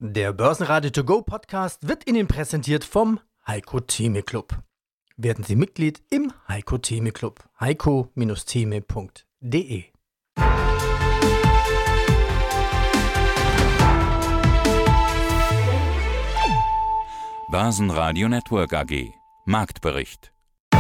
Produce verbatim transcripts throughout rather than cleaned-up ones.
Der Börsenradio To Go Podcast wird Ihnen präsentiert vom Heiko Theme Club. Werden Sie Mitglied im Heiko Theme Club. heiko Theme punkt de. Börsenradio Network A G. Marktbericht.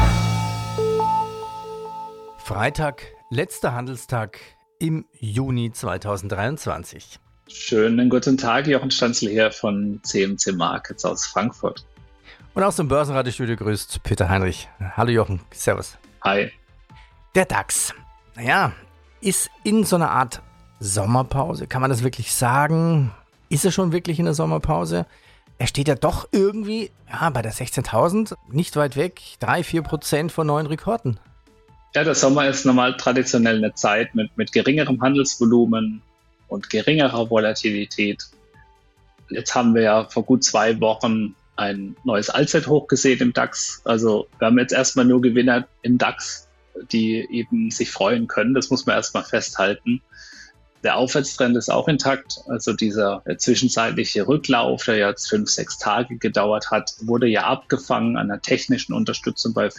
Freitag, letzter Handelstag im Juni zweitausenddreiundzwanzig. Schönen guten Tag, Jochen Stanzl hier von C M C Markets aus Frankfurt. Und aus dem Börsenradiostudio grüßt Peter Heinrich. Hallo Jochen, servus. Hi. Der DAX, naja, ist in so einer Art Sommerpause. Kann man das wirklich sagen? Ist er schon wirklich in der Sommerpause? Er steht ja doch irgendwie ja, bei der sechzehntausend, nicht weit weg, drei bis vier Prozent von neuen Rekorden. Ja, der Sommer ist normal traditionell eine Zeit mit, mit geringerem Handelsvolumen und geringerer Volatilität. Jetzt haben wir ja vor gut zwei Wochen ein neues Allzeithoch gesehen im DAX. Also wir haben jetzt erstmal nur Gewinner im DAX, die eben sich freuen können. Das muss man erstmal festhalten. Der Aufwärtstrend ist auch intakt. Also dieser zwischenzeitliche Rücklauf, der jetzt fünf, sechs Tage gedauert hat, wurde ja abgefangen an der technischen Unterstützung bei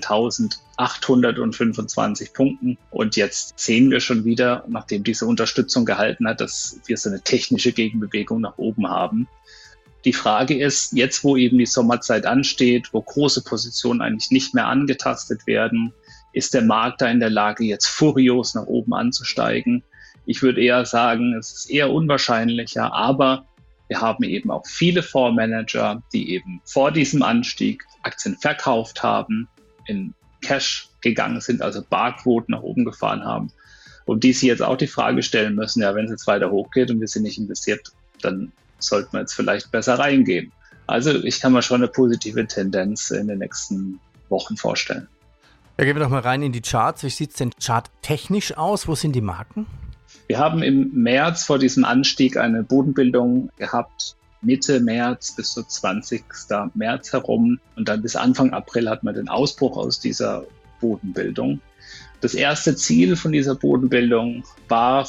fünfzehntausendachthundertfünfundzwanzig Punkten. Und jetzt sehen wir schon wieder, nachdem diese Unterstützung gehalten hat, dass wir so eine technische Gegenbewegung nach oben haben. Die Frage ist, jetzt wo eben die Sommerzeit ansteht, wo große Positionen eigentlich nicht mehr angetastet werden, ist der Markt da in der Lage, jetzt furios nach oben anzusteigen? Ich würde eher sagen, es ist eher unwahrscheinlicher, aber wir haben eben auch viele Fondsmanager, die eben vor diesem Anstieg Aktien verkauft haben, in Cash gegangen sind, also Barquoten nach oben gefahren haben und die sich jetzt auch die Frage stellen müssen, ja, wenn es jetzt weiter hochgeht und wir sind nicht investiert, dann sollten wir jetzt vielleicht besser reingehen. Also ich kann mir schon eine positive Tendenz in den nächsten Wochen vorstellen. Ja, gehen wir doch mal rein in die Charts. Wie sieht es denn charttechnisch aus? Wo sind die Marken? Wir haben im März vor diesem Anstieg eine Bodenbildung gehabt, Mitte März bis zu zwanzigsten März herum. Und dann bis Anfang April hat man den Ausbruch aus dieser Bodenbildung. Das erste Ziel von dieser Bodenbildung war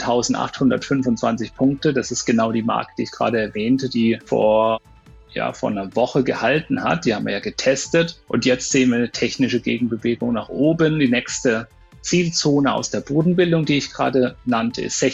fünfzehntausendachthundertfünfundzwanzig Punkte. Das ist genau die Marke, die ich gerade erwähnte, die vor, ja, vor einer Woche gehalten hat. Die haben wir ja getestet. Und jetzt sehen wir eine technische Gegenbewegung nach oben. Die nächste Zielzone aus der Bodenbildung, die ich gerade nannte, ist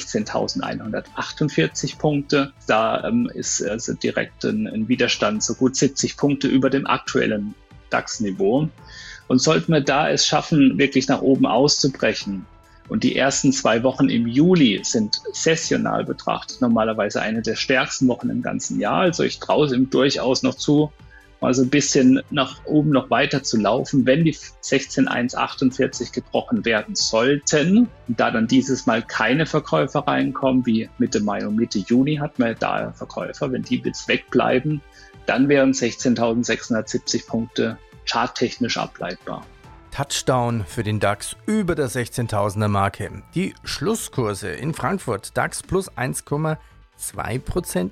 sechzehntausendeinhundertachtundvierzig Punkte. Da ähm, ist also direkt ein, ein Widerstand so gut siebzig Punkte über dem aktuellen DAX-Niveau. Und sollten wir da es schaffen, wirklich nach oben auszubrechen, und die ersten zwei Wochen im Juli sind sessional betrachtet normalerweise eine der stärksten Wochen im ganzen Jahr. Also ich traue es ihm durchaus noch zu, mal so ein bisschen nach oben noch weiter zu laufen, wenn die sechzehntausendeinhundertachtundvierzig gebrochen werden sollten. Und da dann dieses Mal keine Verkäufer reinkommen, wie Mitte Mai und Mitte Juni hatten wir da Verkäufer, wenn die jetzt wegbleiben, dann wären sechzehntausendsechshundertsiebzig Punkte charttechnisch ableitbar. Touchdown für den DAX über der sechzehntausender Marke. Die Schlusskurse in Frankfurt, DAX plus eins Komma zwei Prozent,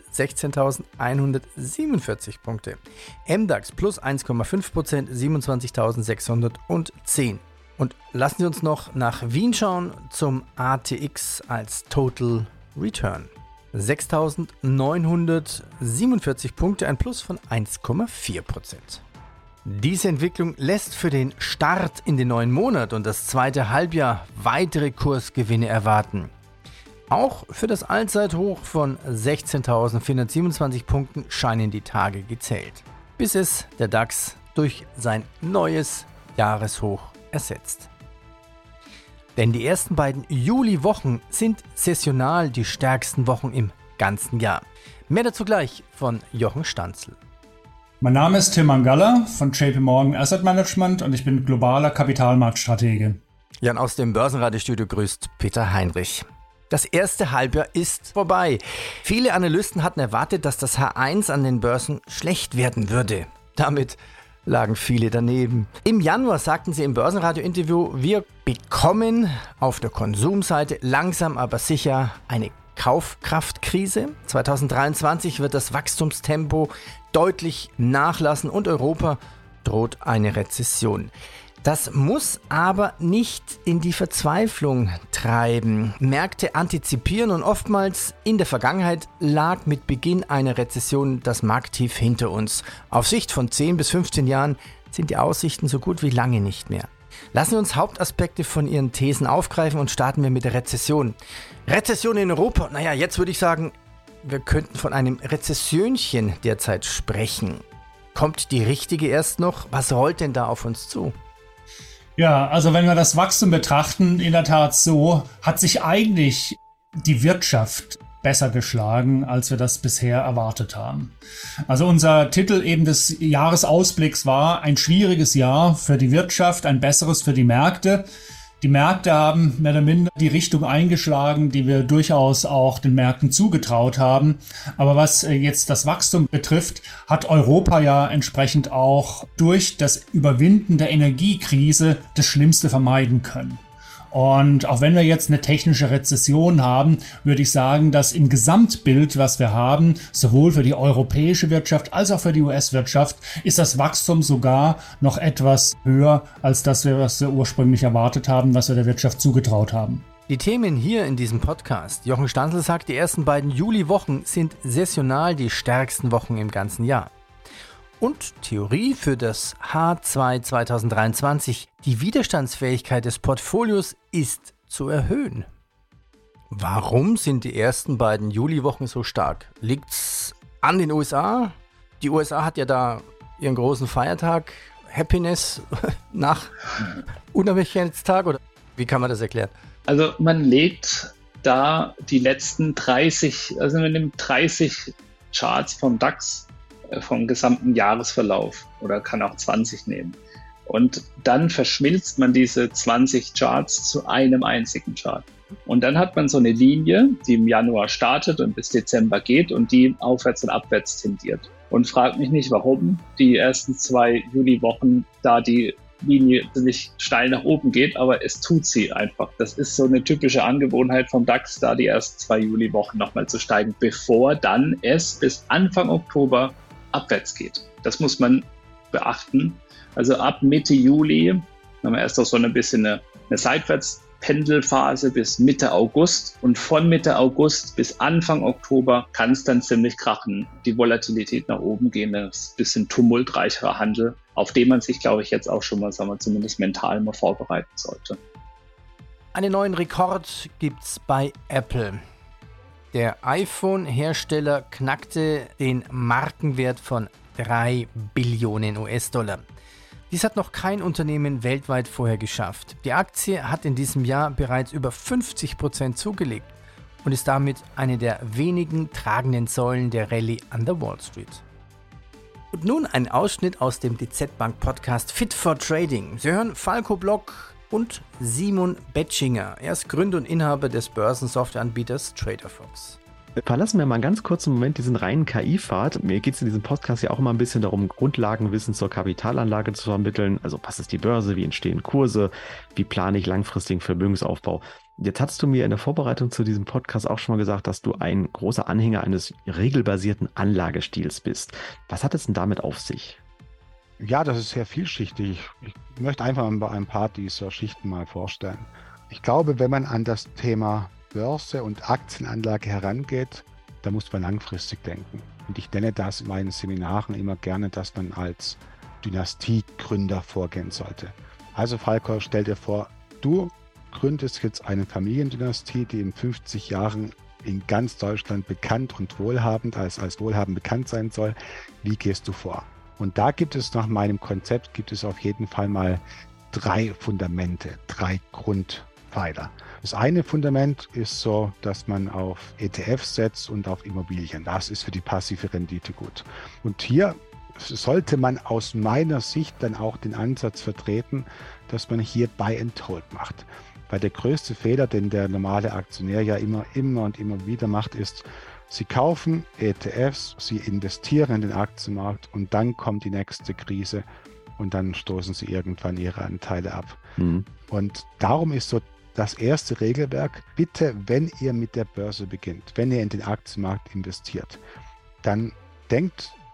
sechzehntausendeinhundertsiebenundvierzig Punkte. M DAX plus eins Komma fünf Prozent, siebenundzwanzigtausendsechshundertzehn. Und lassen Sie uns noch nach Wien schauen zum A T X als Total Return. sechstausendneunhundertsiebenundvierzig Punkte, ein Plus von eins Komma vier Prozent. Diese Entwicklung lässt für den Start in den neuen Monat und das zweite Halbjahr weitere Kursgewinne erwarten. Auch für das Allzeithoch von sechzehntausendvierhundertsiebenundzwanzig Punkten scheinen die Tage gezählt, bis es der DAX durch sein neues Jahreshoch ersetzt. Denn die ersten beiden Juliwochen sind sessional die stärksten Wochen im ganzen Jahr. Mehr dazu gleich von Jochen Stanzl. Mein Name ist Tim Mangala von J P Morgan Asset Management und ich bin globaler Kapitalmarktstratege. Jan aus dem Börsenradiostudio grüßt Peter Heinrich. Das erste Halbjahr ist vorbei. Viele Analysten hatten erwartet, dass das H eins an den Börsen schlecht werden würde. Damit lagen viele daneben. Im Januar sagten sie im Börsenradio-Interview, wir bekommen auf der Konsumseite langsam aber sicher eine Kaufkraftkrise. zweitausenddreiundzwanzig wird das Wachstumstempo deutlich nachlassen und Europa droht eine Rezession. Das muss aber nicht in die Verzweiflung treiben. Märkte antizipieren und oftmals in der Vergangenheit lag mit Beginn einer Rezession das Markttief hinter uns. Auf Sicht von zehn bis fünfzehn Jahren sind die Aussichten so gut wie lange nicht mehr. Lassen wir uns Hauptaspekte von Ihren Thesen aufgreifen und starten wir mit der Rezession. Rezession in Europa, naja, jetzt würde ich sagen, wir könnten von einem Rezessionchen derzeit sprechen. Kommt die richtige erst noch? Was rollt denn da auf uns zu? Ja, also wenn wir das Wachstum betrachten, in der Tat so, hat sich eigentlich die Wirtschaft besser geschlagen, als wir das bisher erwartet haben. Also unser Titel eben des Jahresausblicks war ein schwieriges Jahr für die Wirtschaft, ein besseres für die Märkte. Die Märkte haben mehr oder minder die Richtung eingeschlagen, die wir durchaus auch den Märkten zugetraut haben. Aber was jetzt das Wachstum betrifft, hat Europa ja entsprechend auch durch das Überwinden der Energiekrise das Schlimmste vermeiden können. Und auch wenn wir jetzt eine technische Rezession haben, würde ich sagen, dass im Gesamtbild, was wir haben, sowohl für die europäische Wirtschaft als auch für die U S-Wirtschaft, ist das Wachstum sogar noch etwas höher, als das wir, was wir ursprünglich erwartet haben, was wir der Wirtschaft zugetraut haben. Die Themen hier in diesem Podcast. Jochen Stanzel sagt, die ersten beiden Juliwochen sind saisonal die stärksten Wochen im ganzen Jahr. Und Theorie für das H zwei zweitausenddreiundzwanzig, die Widerstandsfähigkeit des Portfolios ist zu erhöhen. Warum sind die ersten beiden Juliwochen so stark? Liegt's an den U S A? Die U S A hat ja da ihren großen Feiertag, Happiness nach Unabhängigkeitstag, oder wie kann man das erklären? Also man legt da die letzten dreißig, also man nimmt dreißig Charts vom DAX, vom gesamten Jahresverlauf, oder kann auch zwanzig nehmen. Und dann verschmilzt man diese zwanzig Charts zu einem einzigen Chart. Und dann hat man so eine Linie, die im Januar startet und bis Dezember geht und die aufwärts und abwärts tendiert. Und fragt mich nicht, warum die ersten zwei Juliwochen da die Linie nicht steil nach oben geht, aber es tut sie einfach. Das ist so eine typische Angewohnheit vom DAX, da die ersten zwei Juliwochen nochmal zu steigen, bevor dann es bis Anfang Oktober abwärts geht. Das muss man beachten. Also ab Mitte Juli haben wir erst noch so ein bisschen eine, eine Seitwärtspendelphase bis Mitte August, und von Mitte August bis Anfang Oktober kann es dann ziemlich krachen. Die Volatilität nach oben gehen, das ist ein bisschen tumultreicherer Handel, auf den man sich, glaube ich, jetzt auch schon mal, sagen wir, zumindest mental mal vorbereiten sollte. Einen neuen Rekord gibt's bei Apple. Der iPhone-Hersteller knackte den Markenwert von drei Billionen U S-Dollar. Dies hat noch kein Unternehmen weltweit vorher geschafft. Die Aktie hat in diesem Jahr bereits über fünfzig Prozent zugelegt und ist damit eine der wenigen tragenden Säulen der Rallye an der Wall Street. Und nun ein Ausschnitt aus dem D Z Bank Podcast Fit for Trading. Sie hören Falco Block und Simon Betschinger. Er ist Gründer und Inhaber des Börsensoftwareanbieters TraderFox. Verlassen wir mal einen ganz kurzen Moment diesen reinen K I-Pfad. Mir geht es in diesem Podcast ja auch immer ein bisschen darum, Grundlagenwissen zur Kapitalanlage zu vermitteln. Also was ist die Börse, wie entstehen Kurse, wie plane ich langfristigen Vermögensaufbau. Jetzt hast du mir in der Vorbereitung zu diesem Podcast auch schon mal gesagt, dass du ein großer Anhänger eines regelbasierten Anlagestils bist. Was hat es denn damit auf sich? Ja, das ist sehr vielschichtig. Ich möchte einfach ein paar dieser Schichten mal vorstellen. Ich glaube, wenn man an das Thema Börse und Aktienanlage herangeht, da muss man langfristig denken. Und ich nenne das in meinen Seminaren immer gerne, dass man als Dynastiegründer vorgehen sollte. Also Falco, stell dir vor, du gründest jetzt eine Familiendynastie, die in fünfzig Jahren in ganz Deutschland bekannt und wohlhabend als, als wohlhabend bekannt sein soll. Wie gehst du vor? Und da gibt es nach meinem Konzept, gibt es auf jeden Fall mal drei Fundamente, drei Grundpfeiler. Das eine Fundament ist so, dass man auf E T Fs setzt und auf Immobilien. Das ist für die passive Rendite gut. Und hier sollte man aus meiner Sicht dann auch den Ansatz vertreten, dass man hier Buy and Hold macht. Weil der größte Fehler, den der normale Aktionär ja immer, immer und immer wieder macht, ist, sie kaufen E T Fs, sie investieren in den Aktienmarkt und dann kommt die nächste Krise und dann stoßen sie irgendwann ihre Anteile ab. Mhm. Und darum ist so das erste Regelwerk, bitte, wenn ihr mit der Börse beginnt, wenn ihr in den Aktienmarkt investiert, dann denkt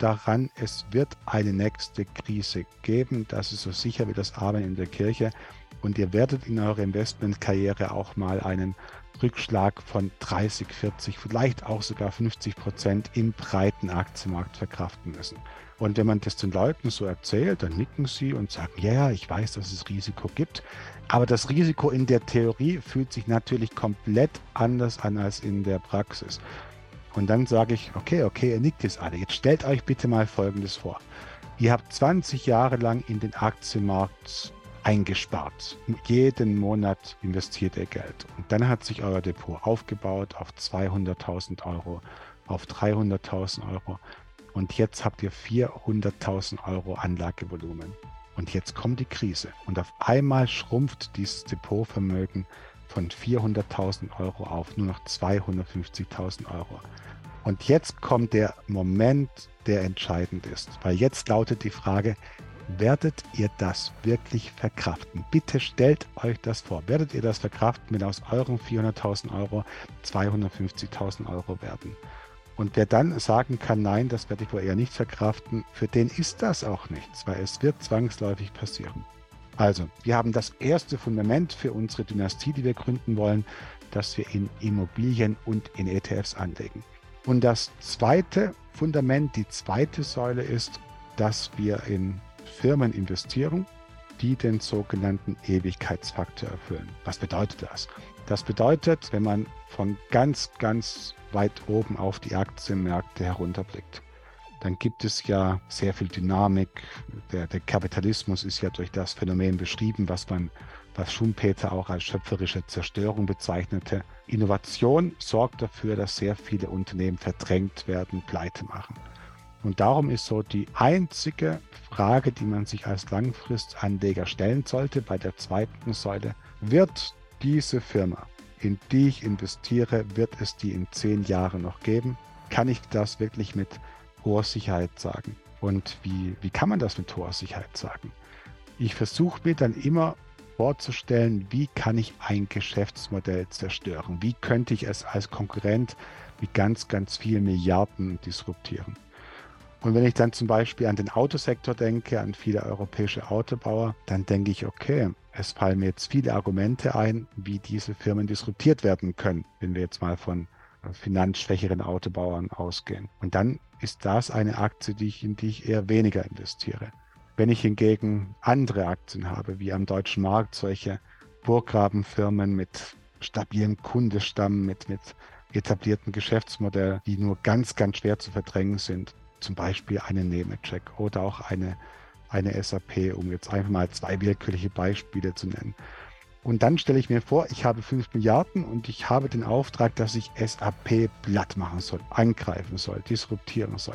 daran, es wird eine nächste Krise geben. Das ist so sicher wie das Amen in der Kirche. Und ihr werdet in eurer Investmentkarriere auch mal einen Rückschlag von dreißig, vierzig, vielleicht auch sogar fünfzig Prozent im breiten Aktienmarkt verkraften müssen. Und wenn man das den Leuten so erzählt, dann nicken sie und sagen, ja, ja, ich weiß, dass es Risiko gibt. Aber das Risiko in der Theorie fühlt sich natürlich komplett anders an als in der Praxis. Und dann sage ich, okay, okay, ihr nickt jetzt alle. Jetzt stellt euch bitte mal Folgendes vor. Ihr habt zwanzig Jahre lang in den Aktienmarkt eingespart. Jeden Monat investiert ihr Geld. Und dann hat sich euer Depot aufgebaut auf zweihunderttausend Euro, auf dreihunderttausend Euro. Und jetzt habt ihr vierhunderttausend Euro Anlagevolumen. Und jetzt kommt die Krise. Und auf einmal schrumpft dieses Depotvermögen von vierhunderttausend Euro auf nur noch zweihundertfünfzigtausend Euro. Und jetzt kommt der Moment, der entscheidend ist. Weil jetzt lautet die Frage, werdet ihr das wirklich verkraften? Bitte stellt euch das vor. Werdet ihr das verkraften, wenn aus euren vierhunderttausend Euro zweihundertfünfzigtausend Euro werden? Und wer dann sagen kann, nein, das werde ich wohl eher nicht verkraften, für den ist das auch nichts, weil es wird zwangsläufig passieren. Also, wir haben das erste Fundament für unsere Dynastie, die wir gründen wollen, dass wir in Immobilien und in E T Fs anlegen. Und das zweite Fundament, die zweite Säule ist, dass wir in Firmen investieren, die den sogenannten Ewigkeitsfaktor erfüllen. Was bedeutet das? Das bedeutet, wenn man von ganz, ganz weit oben auf die Aktienmärkte herunterblickt, dann gibt es ja sehr viel Dynamik. Der, der Kapitalismus ist ja durch das Phänomen beschrieben, was man, was Schumpeter auch als schöpferische Zerstörung bezeichnete. Innovation sorgt dafür, dass sehr viele Unternehmen verdrängt werden, pleite machen. Und darum ist so die einzige Frage, die man sich als Langfristanleger stellen sollte bei der zweiten Säule: Wird diese Firma, in die ich investiere, wird es die in zehn Jahren noch geben? Kann ich das wirklich mit hoher Sicherheit sagen? Und wie, wie kann man das mit hoher Sicherheit sagen? Ich versuche mir dann immer vorzustellen, wie kann ich ein Geschäftsmodell zerstören? Wie könnte ich es als Konkurrent mit ganz, ganz vielen Milliarden disruptieren? Und wenn ich dann zum Beispiel an den Autosektor denke, an viele europäische Autobauer, dann denke ich, okay, es fallen mir jetzt viele Argumente ein, wie diese Firmen disruptiert werden können, wenn wir jetzt mal von finanzschwächeren Autobauern ausgehen. Und dann ist das eine Aktie, die ich, in die ich eher weniger investiere. Wenn ich hingegen andere Aktien habe, wie am deutschen Markt, solche Burggrabenfirmen mit stabilem Kundestamm, mit, mit etablierten Geschäftsmodellen, die nur ganz, ganz schwer zu verdrängen sind, zum Beispiel eine Nemetschek oder auch eine, eine S A P, um jetzt einfach mal zwei willkürliche Beispiele zu nennen. Und dann stelle ich mir vor, ich habe fünf Milliarden und ich habe den Auftrag, dass ich S A P platt machen soll, angreifen soll, disruptieren soll.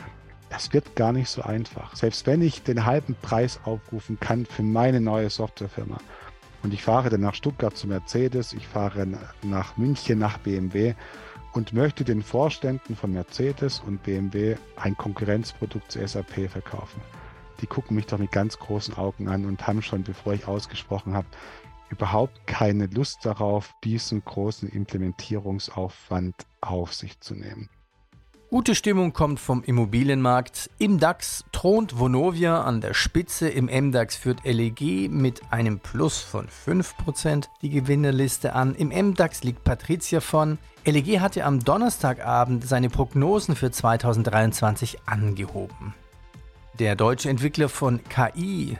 Das wird gar nicht so einfach. Selbst wenn ich den halben Preis aufrufen kann für meine neue Softwarefirma und ich fahre dann nach Stuttgart zu Mercedes, ich fahre nach München, nach B M W und möchte den Vorständen von Mercedes und B M W ein Konkurrenzprodukt zu S A P verkaufen. Die gucken mich doch mit ganz großen Augen an und haben schon, bevor ich ausgesprochen habe, überhaupt keine Lust darauf, diesen großen Implementierungsaufwand auf sich zu nehmen. Gute Stimmung kommt vom Immobilienmarkt. Im DAX thront Vonovia an der Spitze, im M DAX führt L E G mit einem Plus von fünf Prozent die Gewinnerliste an. Im M DAX liegt Patrizia vorn. L E G hatte am Donnerstagabend seine Prognosen für zweitausenddreiundzwanzig angehoben. Der deutsche Entwickler von K I,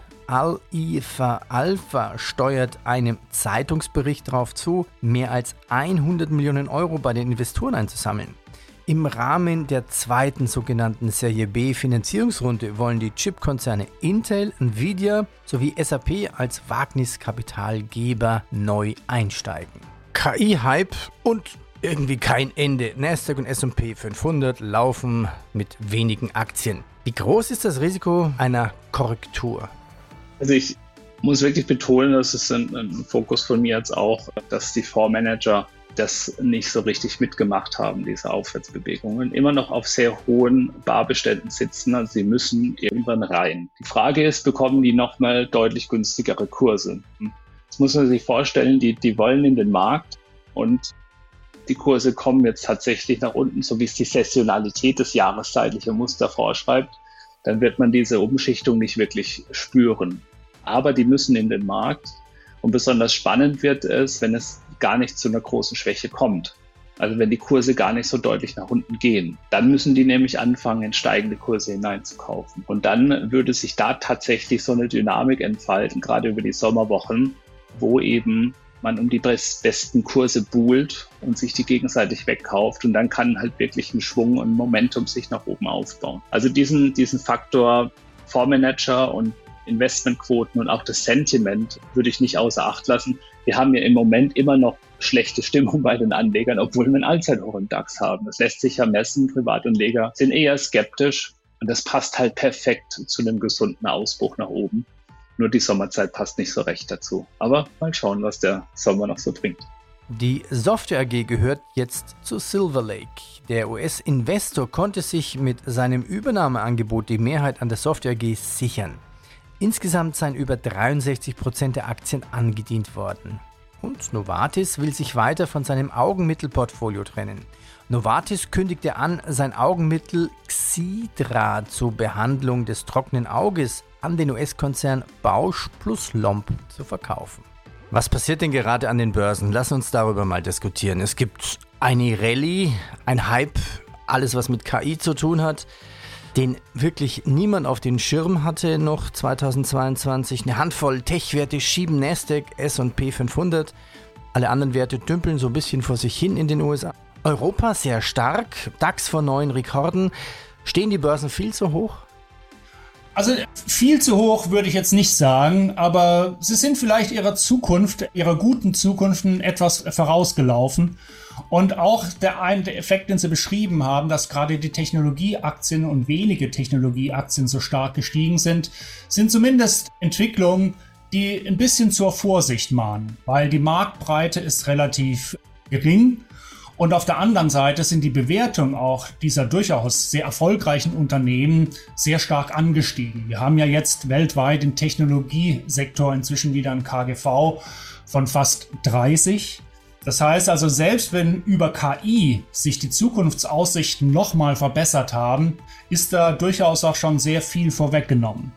Al-Ifa Alpha, steuert einem Zeitungsbericht darauf zu, mehr als hundert Millionen Euro bei den Investoren einzusammeln. Im Rahmen der zweiten sogenannten Serie B Finanzierungsrunde wollen die Chipkonzerne Intel, Nvidia sowie S A P als Wagniskapitalgeber neu einsteigen. K I-Hype und irgendwie kein Ende. Nasdaq und S und P fünfhundert laufen mit wenigen Aktien. Wie groß ist das Risiko einer Korrektur? Also ich muss wirklich betonen, das ist ein, ein Fokus von mir jetzt auch, dass die Fondsmanager das nicht so richtig mitgemacht haben, diese Aufwärtsbewegungen, immer noch auf sehr hohen Barbeständen sitzen. Also sie müssen irgendwann rein. Die Frage ist, bekommen die nochmal deutlich günstigere Kurse? Das muss man sich vorstellen, die, die wollen in den Markt und die Kurse kommen jetzt tatsächlich nach unten, so wie es die Saisonalität des jahreszeitliche Muster vorschreibt, dann wird man diese Umschichtung nicht wirklich spüren. Aber die müssen in den Markt. Und besonders spannend wird es, wenn es gar nicht zu einer großen Schwäche kommt. Also wenn die Kurse gar nicht so deutlich nach unten gehen. Dann müssen die nämlich anfangen, in steigende Kurse hineinzukaufen. Und dann würde sich da tatsächlich so eine Dynamik entfalten, gerade über die Sommerwochen, wo eben man um die besten Kurse buhlt und sich die gegenseitig wegkauft. Und dann kann halt wirklich ein Schwung und Momentum sich nach oben aufbauen. Also diesen, diesen Faktor Fondsmanager und Investmentquoten und auch das Sentiment würde ich nicht außer Acht lassen. Wir haben ja im Moment immer noch schlechte Stimmung bei den Anlegern, obwohl wir einen Allzeithoch im DAX haben. Das lässt sich ja messen. Privatanleger sind eher skeptisch und das passt halt perfekt zu einem gesunden Ausbruch nach oben. Nur die Sommerzeit passt nicht so recht dazu. Aber mal schauen, was der Sommer noch so bringt. Die Software A G gehört jetzt zu Silver Lake. Der U S-Investor konnte sich mit seinem Übernahmeangebot die Mehrheit an der Software A G sichern. Insgesamt seien über dreiundsechzig Prozent der Aktien angedient worden. Und Novartis will sich weiter von seinem Augenmittelportfolio trennen. Novartis kündigte an, sein Augenmittel Xiidra zur Behandlung des trockenen Auges an den U S-Konzern Bausch plus Lomb zu verkaufen. Was passiert denn gerade an den Börsen? Lass uns darüber mal diskutieren. Es gibt eine Rallye, ein Hype, alles was mit K I zu tun hat, den wirklich niemand auf den Schirm hatte noch zweitausendzweiundzwanzig. Eine Handvoll Tech-Werte schieben Nasdaq, S und P fünfhundert. Alle anderen Werte dümpeln so ein bisschen vor sich hin in den U S A. Europa sehr stark, DAX vor neuen Rekorden. Stehen die Börsen viel zu hoch? Also viel zu hoch würde ich jetzt nicht sagen, aber sie sind vielleicht ihrer Zukunft, ihrer guten Zukunft etwas vorausgelaufen. Und auch der eine Effekt, den Sie beschrieben haben, dass gerade die Technologieaktien und wenige Technologieaktien so stark gestiegen sind, sind zumindest Entwicklungen, die ein bisschen zur Vorsicht mahnen, weil die Marktbreite ist relativ gering. Und auf der anderen Seite sind die Bewertungen auch dieser durchaus sehr erfolgreichen Unternehmen sehr stark angestiegen. Wir haben ja jetzt weltweit im Technologiesektor inzwischen wieder ein K G V von fast dreißig. Das heißt also, selbst wenn über K I sich die Zukunftsaussichten nochmal verbessert haben, ist da durchaus auch schon sehr viel vorweggenommen.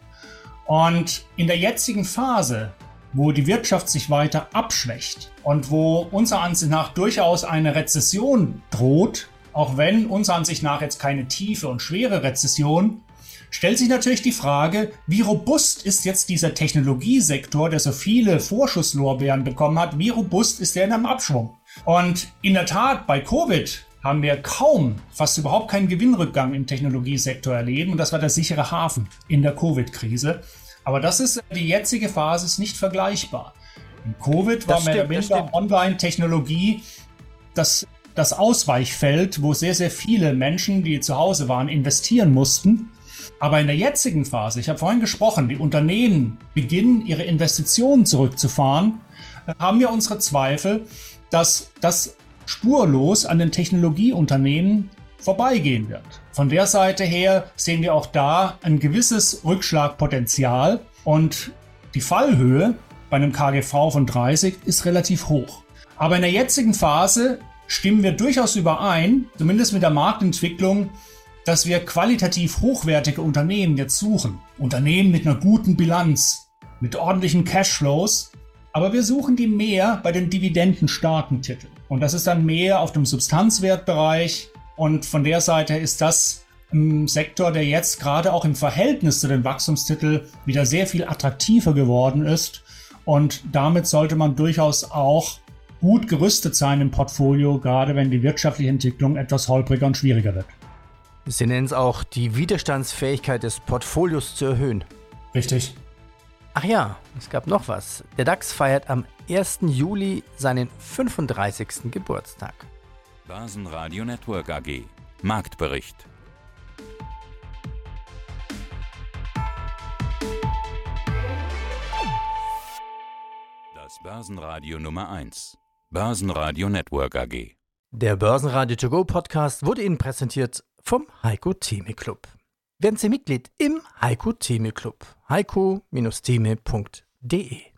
Und in der jetzigen Phase, wo die Wirtschaft sich weiter abschwächt und wo unserer Ansicht nach durchaus eine Rezession droht, auch wenn unserer Ansicht nach jetzt keine tiefe und schwere Rezession, stellt sich natürlich die Frage, wie robust ist jetzt dieser Technologiesektor, der so viele Vorschusslorbeeren bekommen hat, wie robust ist der in einem Abschwung? Und in der Tat, bei Covid haben wir kaum, fast überhaupt keinen Gewinnrückgang im Technologiesektor erleben und das war der sichere Hafen in der Covid-Krise. Aber das ist, die jetzige Phase ist nicht vergleichbar. In Covid war mehr oder weniger Online-Technologie das, das Ausweichfeld, wo sehr, sehr viele Menschen, die zu Hause waren, investieren mussten. Aber in der jetzigen Phase, ich habe vorhin gesprochen, die Unternehmen beginnen, ihre Investitionen zurückzufahren, haben wir unsere Zweifel, dass das spurlos an den Technologieunternehmen vorbeigehen wird. Von der Seite her sehen wir auch da ein gewisses Rückschlagpotenzial und die Fallhöhe bei einem K G V von dreißig ist relativ hoch. Aber in der jetzigen Phase stimmen wir durchaus überein, zumindest mit der Marktentwicklung, dass wir qualitativ hochwertige Unternehmen jetzt suchen. Unternehmen mit einer guten Bilanz, mit ordentlichen Cashflows, aber wir suchen die mehr bei den dividendenstarken Titeln. Und das ist dann mehr auf dem Substanzwertbereich. Und von der Seite ist das ein Sektor, der jetzt gerade auch im Verhältnis zu den Wachstumstiteln wieder sehr viel attraktiver geworden ist. Und damit sollte man durchaus auch gut gerüstet sein im Portfolio, gerade wenn die wirtschaftliche Entwicklung etwas holpriger und schwieriger wird. Sie nennen es auch, die Widerstandsfähigkeit des Portfolios zu erhöhen. Richtig. Ach ja, es gab noch was. Der DAX feiert am ersten Juli seinen fünfunddreißigsten Geburtstag. Börsenradio Network A G. Marktbericht. Das Börsenradio Nummer eins. Börsenradio Network A G. Der Börsenradio To Go Podcast wurde Ihnen präsentiert vom Heiko Theme Club. Werden Sie Mitglied im Heiko Theme Club. heiko Bindestrich theme punkt de